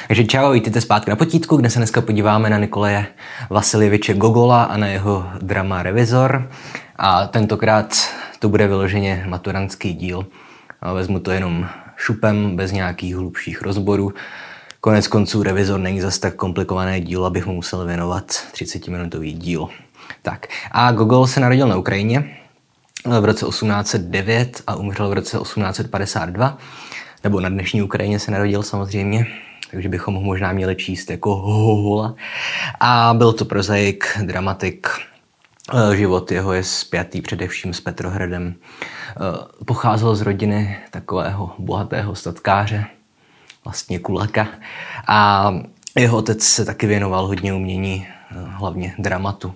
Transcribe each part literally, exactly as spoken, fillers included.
Takže čau, vítejte zpátky na potítku, kde se dneska podíváme na Nikolaje Vasiljeviče Gogola a na jeho drama Revizor. A tentokrát to bude vyloženě maturantský díl. Vezmu to jenom šupem, bez nějakých hlubších rozborů. Konec konců Revizor není zas tak komplikované dílo, abych mu musel věnovat třicetiminutový díl. Tak, a Gogol se narodil na Ukrajině v roce osmnáct set devět a umřel v roce osmnáct set padesát dva. Nebo na dnešní Ukrajině se narodil samozřejmě, takže bychom ho možná měli číst jako Gogola. A byl to prozaik, dramatik. Život jeho je spjatý především s Petrohradem. Pocházel z rodiny takového bohatého statkáře, vlastně kulaka. A jeho otec se taky věnoval hodně umění, hlavně dramatu.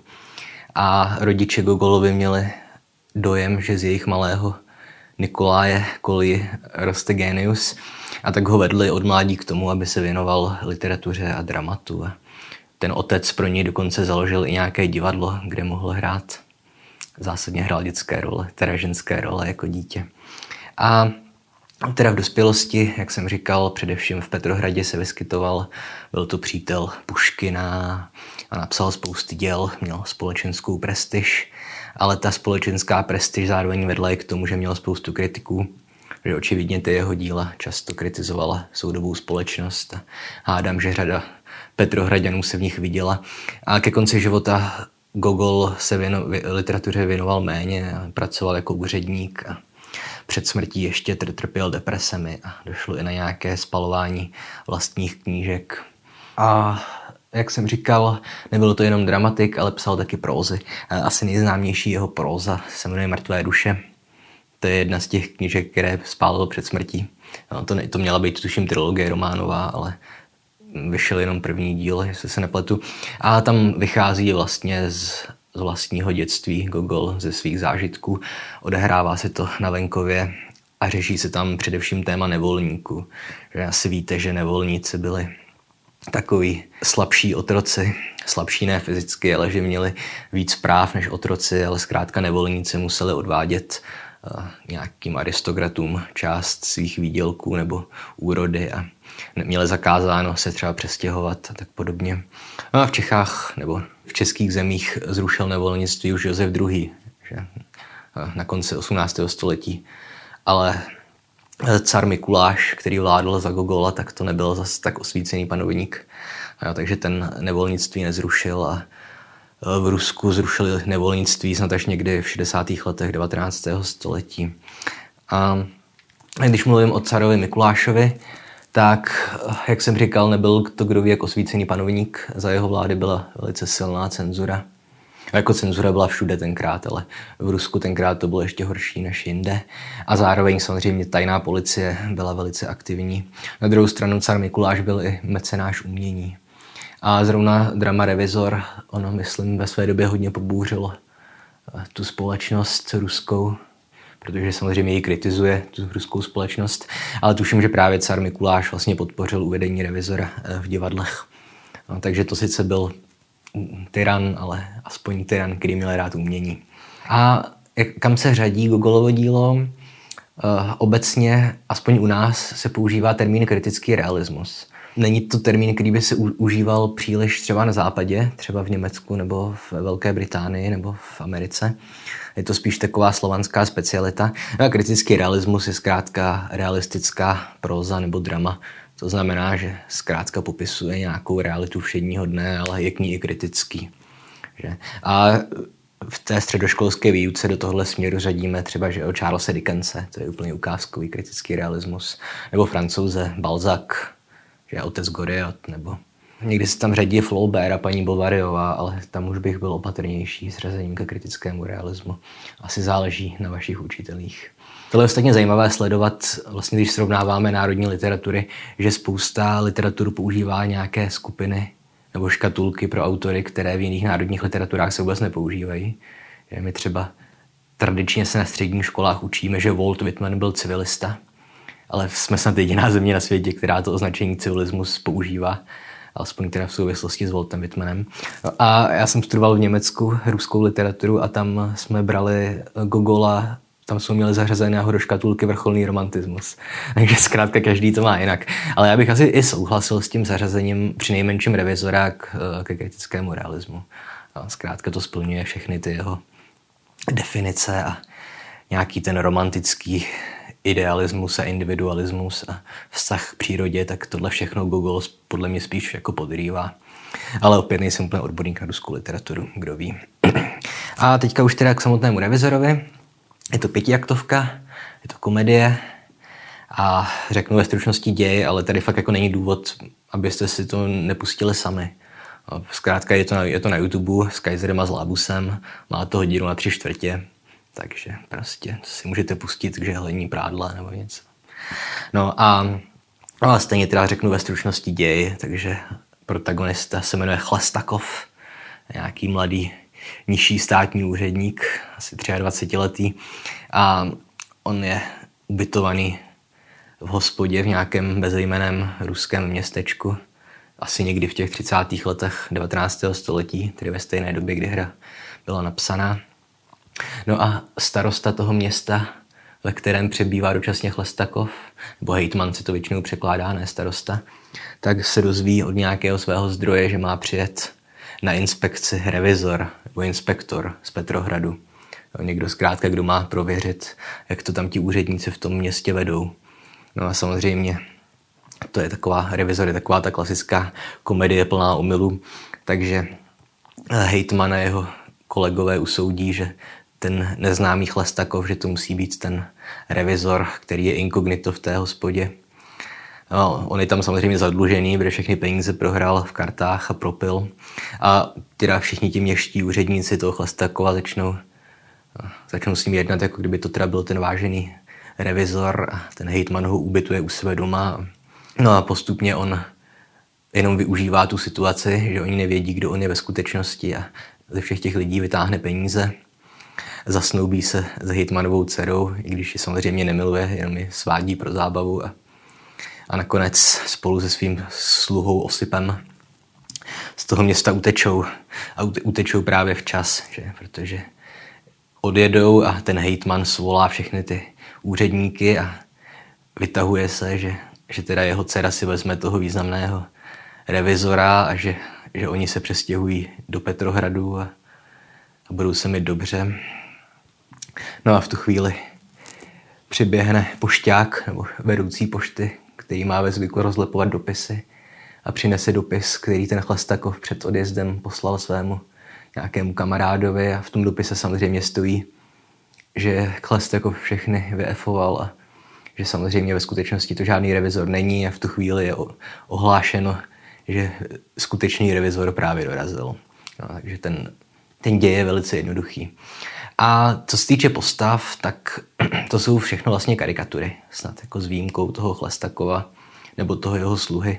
A rodiče Gogolovi měli dojem, že z jejich malého Nikolaje Kolji roste génius, a tak ho vedli od mládí k tomu, aby se věnoval literatuře a dramatu. A ten otec pro něj dokonce založil i nějaké divadlo, kde mohl hrát. Zásadně hrál dětské role, teda ženské role jako dítě. A teda v dospělosti, jak jsem říkal, především v Petrohradě se vyskytoval, byl to přítel Puškina a napsal spousty děl, měl společenskou prestiž, ale ta společenská prestiž zároveň vedla i k tomu, že měl spoustu kritiků, že očividně ty jeho díla často kritizovala soudobou společnost a hádám, že řada Petrohraďanů se v nich viděla. A ke konci života Gogol se věno, literatuře věnoval méně, pracoval jako úředník a před smrtí ještě trpěl depresemi a došlo i na nějaké spalování vlastních knížek. A jak jsem říkal, nebyl to jenom dramatik, ale psal taky prózy. Asi nejznámější jeho próza se jmenuje Mrtvé duše. To je jedna z těch knížek, které spálil před smrtí. No, to, ne, to měla být, tuším, trilogie románová, ale vyšel jenom první díl, jestli se nepletu. A tam vychází vlastně z, z vlastního dětství Gogol, ze svých zážitků. Odehrává se to na venkově a řeší se tam především téma nevolníků. Že asi víte, že nevolníci byli takový slabší otroci, slabší ne fyzicky, ale že měli víc práv než otroci, ale zkrátka nevolníci museli odvádět uh, nějakým aristokratům část svých výdělků nebo úrody a měli zakázáno se třeba přestěhovat a tak podobně. No a v Čechách nebo v českých zemích zrušil nevolnictví už Josef druhý. Že? Na konci osmnáctého století. Ale car Mikuláš, který vládl za Gogola, tak to nebyl zas tak osvícený panovník. No, takže ten nevolnictví nezrušil a v Rusku zrušili nevolnictví snad až někdy v šedesátých letech devatenáctého století. A když mluvím o carovi Mikulášovi, tak, jak jsem říkal, nebyl to kdo ví jak osvícený panovník. Za jeho vlády byla velice silná cenzura. A jako cenzura byla všude tenkrát, ale v Rusku tenkrát to bylo ještě horší než jinde. A zároveň samozřejmě tajná policie byla velice aktivní. Na druhou stranu car Mikuláš byl i mecenáš umění. A zrovna drama Revizor, ono, myslím, ve své době hodně pobouřilo tu společnost ruskou, protože samozřejmě ji kritizuje, tu ruskou společnost. Ale tuším, že právě car Mikuláš vlastně podpořil uvedení Revizora v divadlech. No, takže to sice byl tyran, ale aspoň tyran, který měl rád umění. A jak, kam se řadí Gogolovo dílo? Uh, obecně, aspoň u nás, se používá termín kritický realismus. Není to termín, který by se u, užíval příliš třeba na západě, třeba v Německu nebo v Velké Británii nebo v Americe. Je to spíš taková slovanská specialita. No a kritický realismus je zkrátka realistická próza nebo drama. To znamená, že zkrátka popisuje nějakou realitu všedního dne, ale je k ní i kritický. Že? A v té středoškolské výuce do tohohle směru řadíme třeba, že o Charlese Dickense, to je úplně ukázkový kritický realismus, nebo Francouze Balzac, že je Otec Goriot, nebo někdy se tam řadí Flaubert a paní Bovaryová, ale tam už bych byl opatrnější s řazením ke kritickému realismu. Asi záleží na vašich učitelích. Tohle je ostatně zajímavé sledovat, vlastně když srovnáváme národní literatury, že spousta literatur používá nějaké skupiny nebo škatulky pro autory, které v jiných národních literaturách se vůbec nepoužívají. Že my třeba tradičně se na středních školách učíme, že Walt Whitman byl civilista, ale jsme snad jediná země na světě, která to označení civilismus používá, alespoň teda v souvislosti s Waltem Whitmanem. A já jsem studoval v Německu ruskou literaturu a tam jsme brali Gogola tam jsou měli zařazeného do škatulky vrcholný romantismus. Takže zkrátka každý to má jinak. Ale já bych asi i souhlasil s tím zařazením přinejmenším Revizora k, ke kritickému realismu. Zkrátka to splňuje všechny ty jeho definice a nějaký ten romantický idealismus a individualismus a vztah k přírodě, tak tohle všechno Gogol podle mě spíš jako podrývá. Ale opět nejsem úplně odborník na ruskou literaturu, kdo ví. A teďka už teda k samotnému Revizorovi. Je to pětiaktovka, je to komedie a řeknu ve stručnosti děj, ale tady fakt jako není důvod, abyste si to nepustili sami. Zkrátka je to na, je to na YouTube s Kaiserem a s Lábusem, má to hodinu na tři čtvrtě, takže prostě si můžete pustit k žehlení prádla nebo něco. No a, no a stejně teda řeknu ve stručnosti děj, takže protagonista se jmenuje Chlestakov, nějaký mladý nižší státní úředník, asi dvacetiletý, a on je ubytovaný v hospodě v nějakém bezejmenném ruském městečku, asi někdy v těch třicátých letech devatenáctého století, tedy ve stejné době, kdy hra byla napsaná. No a starosta toho města, ve kterém přebývá dočasně Chlestakov, nebo hejtman se to většinou překládá, ne starosta, tak se dozví od nějakého svého zdroje, že má přijet na inspekci revizor nebo inspektor z Petrohradu. Někdo zkrátka, kdo má prověřit, jak to tam ti úředníci v tom městě vedou. No a samozřejmě to je taková, Revizor je taková ta klasická komedie plná omylů, takže hejtman a jeho kolegové usoudí, že ten neznámý Chlestakov, že to musí být ten revizor, který je inkognito v té hospodě. No, on je tam samozřejmě zadlužený, protože všechny peníze prohrál v kartách a propil. A teda všichni ti městští úředníci toho Chlestakova začnou, začnou s ním jednat, jako kdyby to teda byl ten vážený revizor a ten hejtman ho ubytuje u sebe doma. No a postupně on jenom využívá tu situaci, že oni nevědí, kdo on je ve skutečnosti a ze všech těch lidí vytáhne peníze. Zasnoubí se s hejtmanovou dcerou, i když ji samozřejmě nemiluje, jenom ji svádí pro zábavu. A, a nakonec spolu se svým sluhou Osipem z toho města utečou. A utečou právě včas, že? Protože odjedou a ten hejtman svolá všechny ty úředníky a vytahuje se, že, že teda jeho dcera si vezme toho významného revizora a že, že oni se přestěhují do Petrohradu a, a budou se mít dobře. No a v tu chvíli přiběhne pošťák nebo vedoucí pošty, který má ve zvyku rozlepovat dopisy a přinese dopis, který ten Chlestakov před odjezdem poslal svému nějakému kamarádovi a v tom dopise samozřejmě stojí, že Chlestakov všechny vyefoval a že samozřejmě ve skutečnosti to žádný revizor není a v tu chvíli je ohlášeno, že skutečný revizor právě dorazil. No, takže ten, ten děj je velice jednoduchý. A co se týče postav, tak to jsou všechno vlastně karikatury, snad jako s výjimkou toho Chlestakova nebo toho jeho sluhy.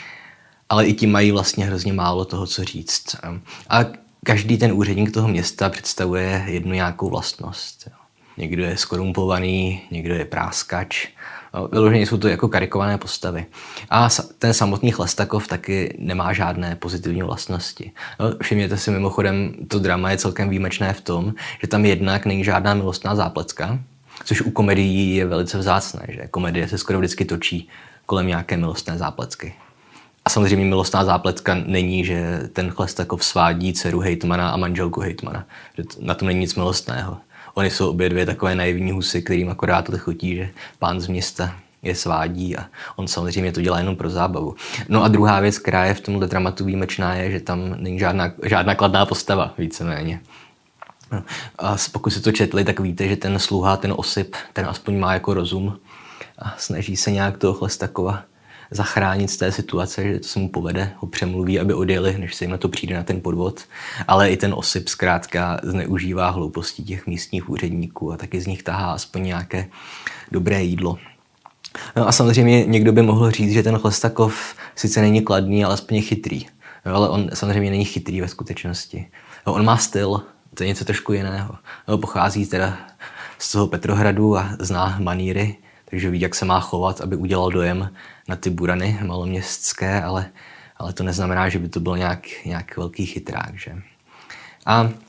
Ale i ti mají vlastně hrozně málo toho, co říct. A každý ten úředník toho města představuje jednu nějakou vlastnost. Někdo je skorumpovaný, někdo je práskač. Vyloženě jsou to jako karikované postavy. A ten samotný Chlestakov taky nemá žádné pozitivní vlastnosti. Všimněte si mimochodem, to drama je celkem výjimečné v tom, že tam jednak není žádná milostná zápletka, což u komedií je velice vzácné, že komedie se skoro vždycky točí kolem nějaké milostné zápletky. A samozřejmě milostná zápletka není, že ten Chlestakov svádí dceru hejtmana a manželku hejtmana. Že na tom není nic milostného. Oni jsou obě dvě takové naivní husy, kterým akorát chutí, že pán z města je svádí a on samozřejmě to dělá jenom pro zábavu. No a druhá věc, která je v tomhle dramatu výjimečná, je, že tam není žádná, žádná kladná postava, víceméně. No. A pokud si to četli, tak víte, že ten sluha, ten Osip, ten aspoň má jako rozum a snaží se nějak toho Chlestakova zachránit z té situace, že to se mu povede, ho přemluví, aby odjeli, než se jim na to přijde na ten podvod. Ale i ten Osip zkrátka zneužívá hloupostí těch místních úředníků a taky z nich tahá aspoň nějaké dobré jídlo. No a samozřejmě někdo by mohl říct, že ten Chlestakov sice není kladný, ale aspoň je chytrý. No, ale on samozřejmě není chytrý ve skutečnosti. No, on má styl, to je něco trošku jiného. No, pochází teda z toho Petrohradu a zná maníry, takže ví, jak se má chovat, aby udělal dojem na ty burany maloměstské, ale, ale to neznamená, že by to byl nějak, nějak velký chytrák. Že? A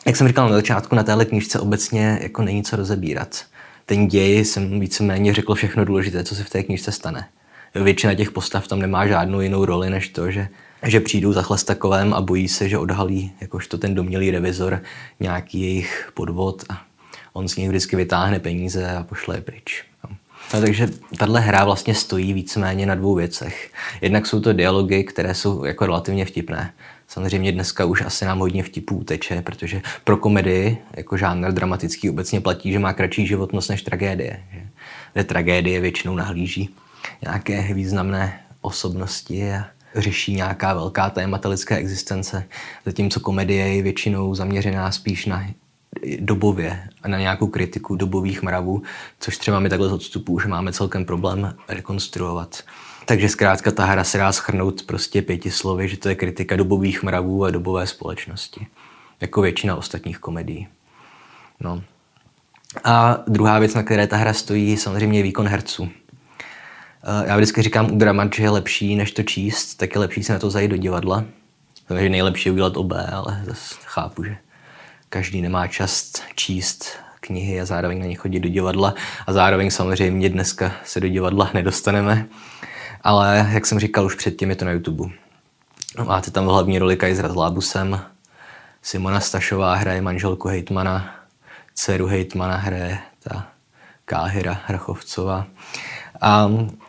Jak jsem říkal na začátku, na téhle knížce obecně jako není co rozebírat. Ten děj jsem víceméně řekl všechno důležité, co se v té knížce stane. Většina těch postav tam nemá žádnou jinou roli, než to, že, že přijdou za Chlestakovem a bojí se, že odhalí jakožto ten domnělý revizor nějaký jejich podvod a on z nich vždycky vytáhne peníze a pošle je pryč. No. No, takže tahle hra vlastně stojí víceméně na dvou věcech. Jednak jsou to dialogy, které jsou jako relativně vtipné. Samozřejmě dneska už asi nám hodně vtipů teče, protože pro komedii, jako žánr dramatický, obecně platí, že má kratší životnost než tragédie. Že? Kde tragédie většinou nahlíží nějaké významné osobnosti a řeší nějaká velká témata lidské existence, zatímco komedie je většinou zaměřená spíš na dobově a na nějakou kritiku dobových mravů, což třeba my takhle z odstupu už máme celkem problém rekonstruovat. Takže zkrátka ta hra se dá shrnout prostě pěti slovy, že to je kritika dobových mravů a dobové společnosti. Jako většina ostatních komedií. No. A druhá věc, na které ta hra stojí, samozřejmě je výkon herců. Já vždycky říkám u dramat, že je lepší, než to číst, tak je lepší se na to zajít do divadla. Takže nejlepší je udělat obé, ale zase chápu, že každý nemá čas číst knihy a zároveň na ně chodit do divadla. A zároveň samozřejmě dneska se do divadla nedostaneme. Ale jak jsem říkal už předtím, je to na YouTube. Máte tam v hlavní roli Kaisera s Lábusem, Simona Stašová hraje manželku hejtmana, dceru hejtmana hraje ta Káhyra Hrachovcová. A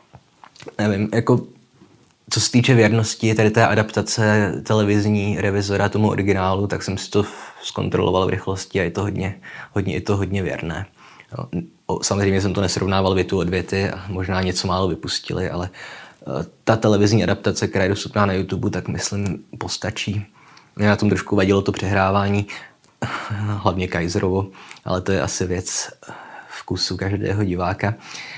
nevím, jako co se týče věrnosti tady té adaptace televizní Revizora tomu originálu, tak jsem si to zkontroloval v rychlosti a je to hodně, hodně, je to hodně věrné. Samozřejmě jsem to nesrovnával větu od věty a možná něco málo vypustili, ale ta televizní adaptace, která je dostupná na YouTube, tak myslím postačí. Mě na tom trošku vadilo to přehrávání, hlavně Kaiserovo, ale to je asi věc vkusu každého diváka.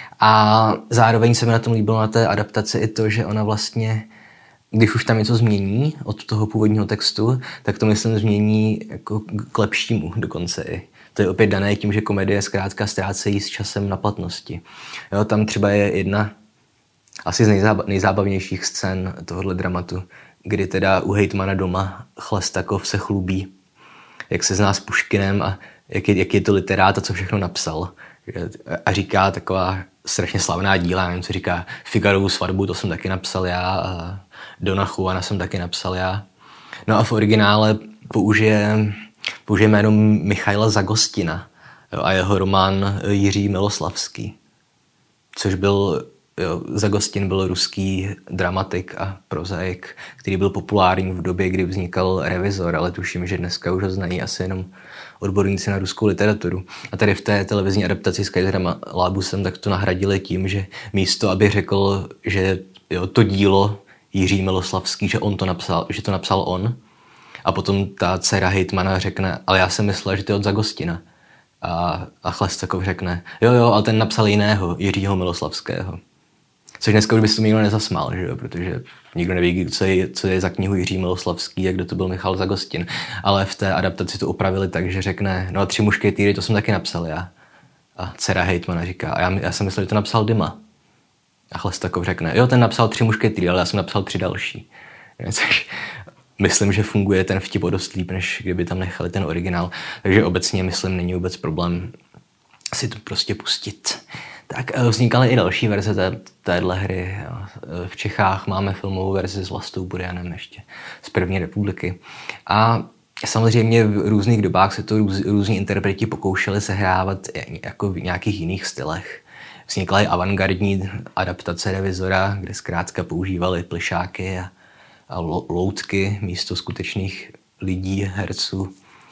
A zároveň se mi na tom líbilo na té adaptaci i to, že ona vlastně, když už tam něco změní od toho původního textu, tak to myslím změní jako k lepšímu dokonce i. To je opět dané tím, že komedie zkrátka ztrácejí s časem na platnosti. Jo, tam třeba je jedna asi z nejzába- nejzábavnějších scén tohohle dramatu, kdy teda u hejtmana doma Chlestakov se chlubí, jak se zná s Puškinem a jak je, jak je to literát a co všechno napsal. A říká taková strašně slavná díla, nevím, co říká Figarovu svatbu, to jsem taky napsal já, a Dona Juana jsem taky napsal já. No a v originále použije, použije jméno Michaila Zagostina, jo, a jeho román Jiří Miloslavský, což byl, jo, Zagostin byl ruský dramatik a prozaik, který byl populární v době, kdy vznikal Revizor, ale tuším, že dneska už ho znají asi jenom odborníci na ruskou literaturu. A tady v té televizní adaptaci s Kaiserem a Lábusem tak to nahradili tím, že místo, aby řekl, že jo, to dílo Jiří Miloslavský, že on to napsal, že to napsal on, a potom ta dcera hejtmana řekne, ale já jsem myslela, že to je od Zagostina. A, a Chlestakov řekne, jo, jo, ale ten napsal jiného, Jiřího Miloslavského. Což dneska už by se to nikdo nezasmál, že jo? Protože nikdo neví, co je, co je za knihu Jiří Miloslavský a kdo to byl Michal Zagostin. Ale v té adaptaci to upravili tak, že řekne, no a Tři mušketýry, to jsem taky napsal já. A dcera hejtmana říká, a já, já jsem myslel, že to napsal Dyma. A Chlestakov řekne, jo, ten napsal Tři mušketýry, ale já jsem napsal tři další. Což myslím, že funguje ten vtip o dost líp, než kdyby tam nechali ten originál. Takže obecně, myslím, není vůbec problém si to prostě pustit. Tak vznikaly i další verze té, téhle hry. V Čechách máme filmovou verzi s Vlastou Burianem ještě z první republiky. A samozřejmě v různých dobách se to růz, různí interpreti pokoušeli sehrávat jako v nějakých jiných stylech. Vznikla i avantgardní adaptace Revizora, kde zkrátka používali plišáky a, a loutky místo skutečných lidí, herců.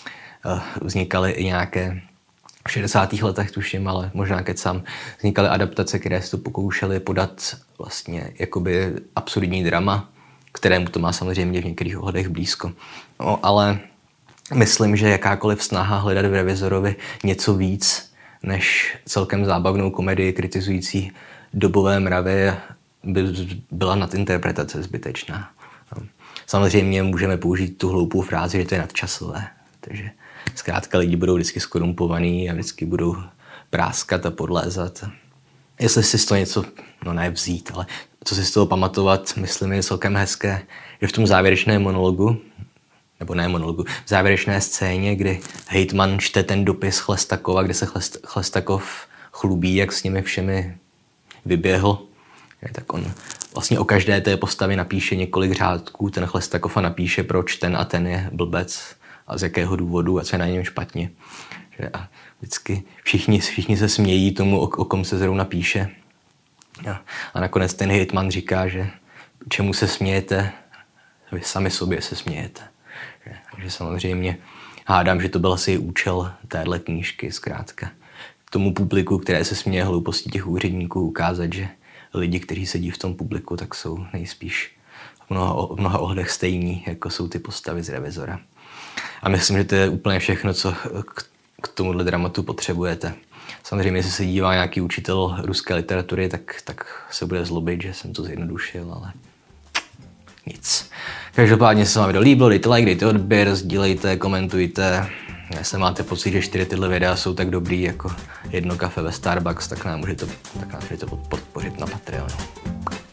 Vznikaly i nějaké v šedesátých letech tuším, ale možná kecám, vznikaly adaptace, které se to pokoušely podat vlastně jakoby absurdní drama, kterému to má samozřejmě v některých ohledech blízko. No, ale myslím, že jakákoliv snaha hledat v Revizorovi něco víc než celkem zábavnou komedii kritizující dobové mravy by byla nadinterpretace zbytečná. No. Samozřejmě můžeme použít tu hloupou frázi, že to je nadčasové, takže zkrátka lidi budou vždycky skorumpovaný a vždycky budou práskat a podlézat. Jestli si z toho něco, no ne vzít, ale co si z toho pamatovat, myslím, je celkem hezké, že v tom závěrečném monologu, nebo ne monologu, v závěrečné scéně, kdy hejtman čte ten dopis Chlestakova, kde se Chlestakov chlubí, jak s nimi všemi vyběhl. Tak on vlastně o každé té postavě napíše několik řádků, ten Chlestakov a napíše, proč ten a ten je blbec a z jakého důvodu a co je na něm špatně. A vždycky všichni, všichni se smějí tomu, o, o kom se zrovna píše. A nakonec ten hejtman říká, že čemu se smějete, vy sami sobě se smějete. Takže samozřejmě hádám, že to byl asi účel téhle knížky zkrátka. Tomu publiku, které se směje hlouposti těch úředníků, ukázat, že lidi, kteří sedí v tom publiku, tak jsou nejspíš v mnoha, v mnoha ohledech stejní, jako jsou ty postavy z Revizora. A myslím, že to je úplně všechno, co k, k tomuhle dramatu potřebujete. Samozřejmě, jestli se dívá nějaký učitel ruské literatury, tak, tak se bude zlobit, že jsem to zjednodušil, ale nic. Každopádně se vám video líbilo, dejte like, dejte odběr, sdílejte, komentujte. Jestli máte pocit, že čtyři tyhle videa jsou tak dobrý jako jedno kafe ve Starbucks, tak nám můžete, tak nám můžete podpořit na Patreonu.